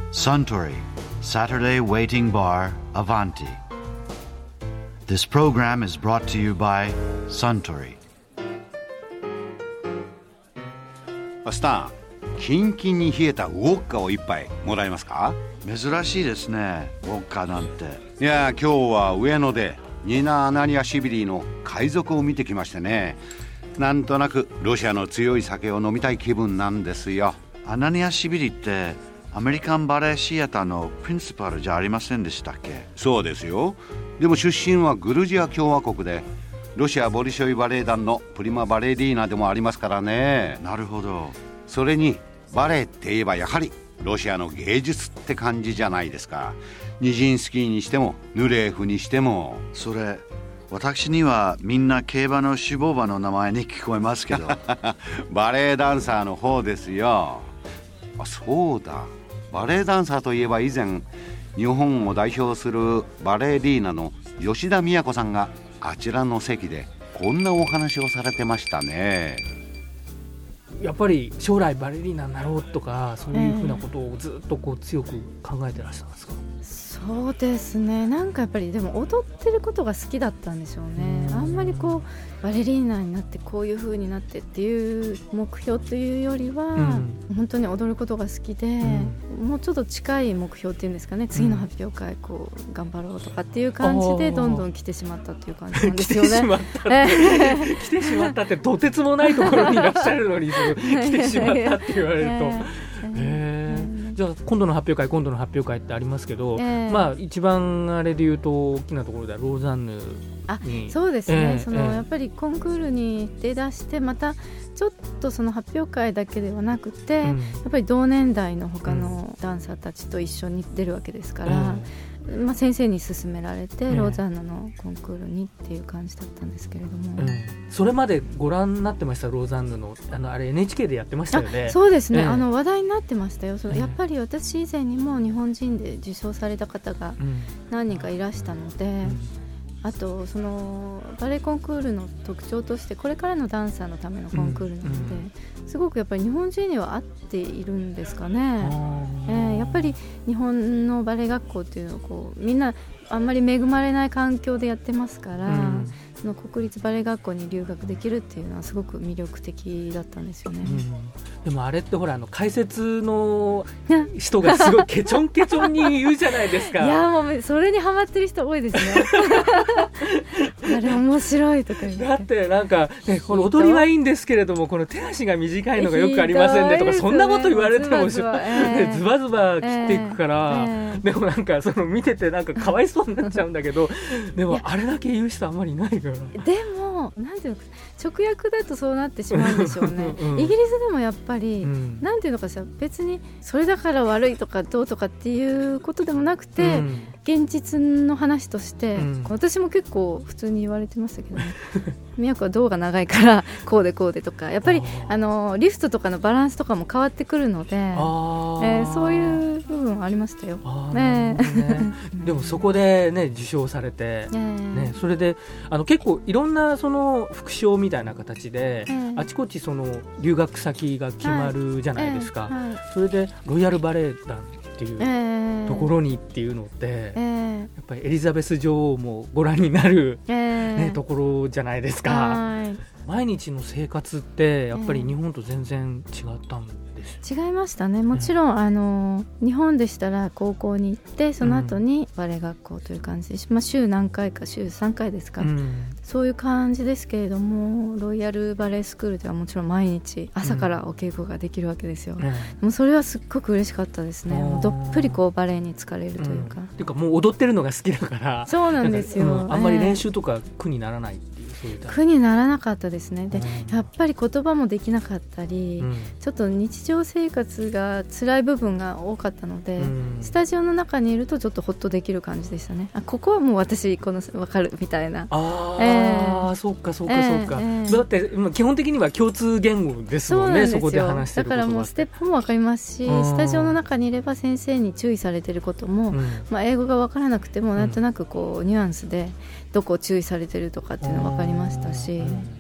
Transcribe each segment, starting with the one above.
Suntory Saturday Waiting Bar Avanti. This program is brought to you by Suntory. スタン、キンキンに冷えたウォッカを一杯もらえますか？ 珍しいですね、ウォッカなんて。 いや、今日は上野でニナ・アナニアシビリの海賊を見てきましてね、なんとなくロシアの強い酒を飲みたい気分なんですよ。 アナニアシビリってアメリカンバレエシアターのプリンシパルじゃありませんでしたっけ？ そうですよ。でも出身はグルジア共和国で、ロシアボリショイバレエ団のプリマバレリーナでもありますからね。 なるほど。 それにバレエって言えばやはりロシアの芸術って感じじゃないですか。ニジンスキーにしてもヌレーフにしても。 それ私にはみんな競馬の種牡馬の名前に聞こえますけどバレエダンサーの方ですよ。あ、そうだ、バレエダンサーといえば以前日本を代表するバレリーナの吉田都さんがあちらの席でこんなお話をされてましたね。 やっぱり将来バレリーナになろうとか、そういうふうなことをずっとこう強く考えてらっしゃるんですか？ そうですね、なんかやっぱりでも踊ってることが好きだったんでしょうね。あんまりこうバレリーナになってこういう風になってっていう目標というよりは、本当に踊ることが好きで、もうちょっと近い目標っていうんですかね、次の発表会こう頑張ろうとかっていう感じでどんどん来てしまったっていう感じなんですよね。 来てしまったってとてつもないところにいらっしゃるのに来てしまったって言われると、じゃあ今度の発表会ってありますけど、まあ一番あれで言うと大きなところではローザンヌに。 そうですね、やっぱりコンクールに出だしてまたちょっとその発表会だけではなくて、やっぱり同年代の他のダンサーたちと一緒に出るわけですから、先生に勧められて、ローザンヌのコンクールにっていう感じだったんですけれども、 それまでご覧になってました？ローザンヌのあれ NHK でやってましたよね。 そうですね、話題になってましたよ。やっぱり私以前にも日本人で受賞された方が何人かいらしたので、あとそのバレエコンクールの特徴としてこれからのダンサーのためのコンクールなので、すごくやっぱり日本人には合っているんですかね。やっぱり日本のバレエ学校っていうのをこうみんなあんまり恵まれない環境でやってますから、その国立バレエ学校に留学できるっていうのはすごく魅力的だったんですよね。 でもあれってほら解説の人がすごいケチョンケチョンに言うじゃないですか。 いやもうそれにハマってる人多いですねあれ面白いとか言って、 だってなんか、ね、この踊りはいいんですけれどもこの手足が短いのがよくありませんねとか、そんなこと言われてもズバズバ切っていくから、でもなんかその見ててなんかかわいそうになっちゃうんだけどでもあれだけ言う人あんまりいないから。 でもなんていうの、直訳だとそうなってしまうんでしょうねイギリスでもやっぱり、なんていうのかしら、別にそれだから悪いとかどうとかっていうことでもなくて、現実の話として、私も結構普通に言われてましたけどね宮子は胴が長いからこうでこうでとか、やっぱりリフトとかのバランスとかも変わってくるので、そういう部分ありましたよ。 でもそこでね受賞されて、それで結構いろんなその副賞みたいな形で、あちこちその留学先が決まるじゃないですか。それでロイヤルバレエ団っていうところにっていうのって、やっぱりエリザベス女王もご覧になる、ところじゃないですか。毎日の生活ってやっぱり日本と全然違ったんです。 違いましたね。もちろん、日本でしたら高校に行ってその後にバレエ学校という感じで、週何回か週3回ですか、そういう感じですけれども、ロイヤルバレエスクールではもちろん毎日朝からお稽古ができるわけですよ。でもそれはすっごく嬉しかったですね。もうどっぷりこうバレエに疲れるというか、 っていうかもう踊ってるのが好きだから。 そうなんですよ、 あんまり練習とか苦にならないっていう、そういう苦にならなかったですね。で、やっぱり言葉もできなかったり、ちょっと日常生活が辛い部分が多かったので、スタジオの中にいるとちょっとホッとできる感じでしたね。ここはもう私分かるみたいな。 そうかそうかそうか、だって基本的には共通言語ですもんね。そこで話してることだからもうステップも分かりますし、スタジオの中にいれば先生に注意されてることも、英語が分からなくてもなんとなくこうニュアンスでどこを注意されてるとかっていうのが分かりましたし、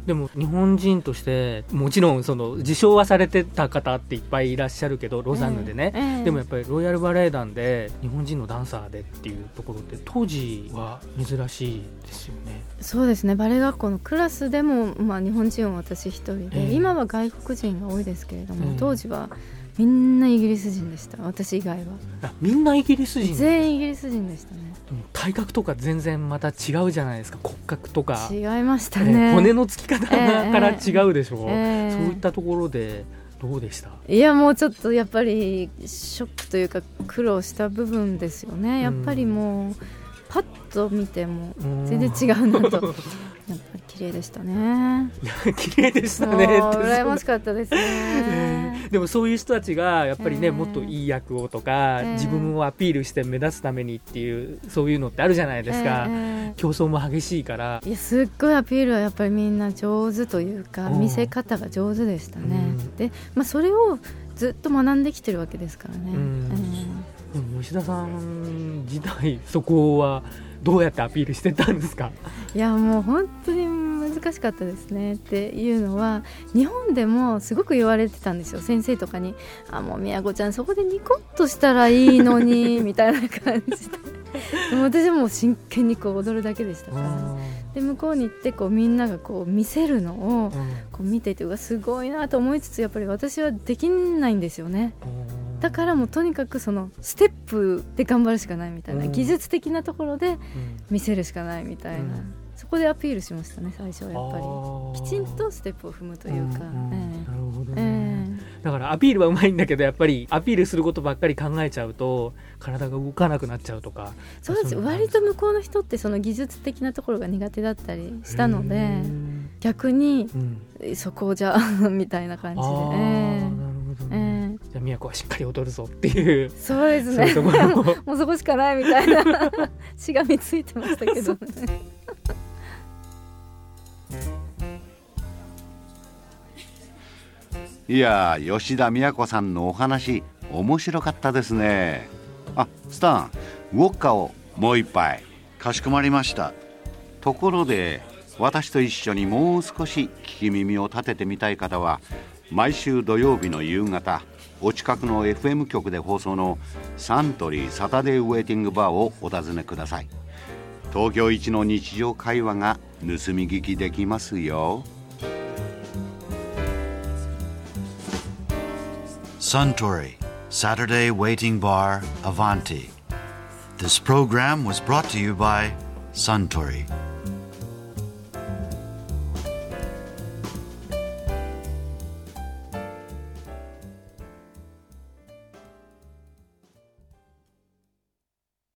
でも日本人としてもちろんその受賞はされてた方っていっぱいいらっしゃるけどロザンヌでね、でもやっぱりロイヤルバレエ団で日本人のダンサーでっていうところって当時は珍しいですよね。 そうですね、バレエ学校のクラスでも、日本人は私一人で、今は外国人が多いですけれども、当時はみんなイギリス人でした。私以外はみんなイギリス人、 全員イギリス人でしたね。 体格とか全然また違うじゃないですか。骨格とか違いましたね、 骨のつき方から違うでしょ、そういったところでどうでした？ いやもうちょっとやっぱりショックというか苦労した部分ですよね。やっぱりもうパッと見ても全然違うなとやっぱり綺麗でしたね綺麗でしたねって羨ましかったですねでもそういう人たちがやっぱりね、もっといい役をとか、自分をアピールして目立つためにっていうそういうのってあるじゃないですか、競争も激しいから。 いやすっごいアピールはやっぱりみんな上手というか見せ方が上手でしたね、で、それをずっと学んできてるわけですからね、 でも吉田さん自体そこはどうやってアピールしてたんですか？ いやもう本当に難しかったですね。っていうのは日本でもすごく言われてたんですよ、先生とかに。もう宮子ちゃんそこでニコッとしたらいいのにみたいな感じでも私はもう真剣にこう踊るだけでしたから。で向こうに行ってこうみんながこう見せるのをこう見ていてすごいなと思いつつ、やっぱり私はできないんですよね。だからもうとにかくそのステップで頑張るしかないみたいな、技術的なところで見せるしかないみたいな、そこでアピールしましたね最初は。やっぱりきちんとステップを踏むというか、 なるほどね、だからアピールはうまいんだけどやっぱりアピールすることばっかり考えちゃうと体が動かなくなっちゃうとか。 そうです、割と向こうの人ってその技術的なところが苦手だったりしたので、逆にそこじゃみたいな感じで、なるほどね、 じゃあ宮子はしっかり踊るぞっていう。 そうですねもうそこしかないみたいなしがみついてましたけどねいや吉田都さんのお話面白かったですね。スタンウォッカをもう一杯。 かしこまりました。 ところで私と一緒にもう少し聞き耳を立ててみたい方は毎週土曜日の夕方お近くの FM 局で放送のサントリーサタデーウェイティングバーをお尋ねください。東京一の日常会話が盗み聞きできますよ。 Suntory Saturday Waiting Bar Avanti. This program was brought to you by Suntory.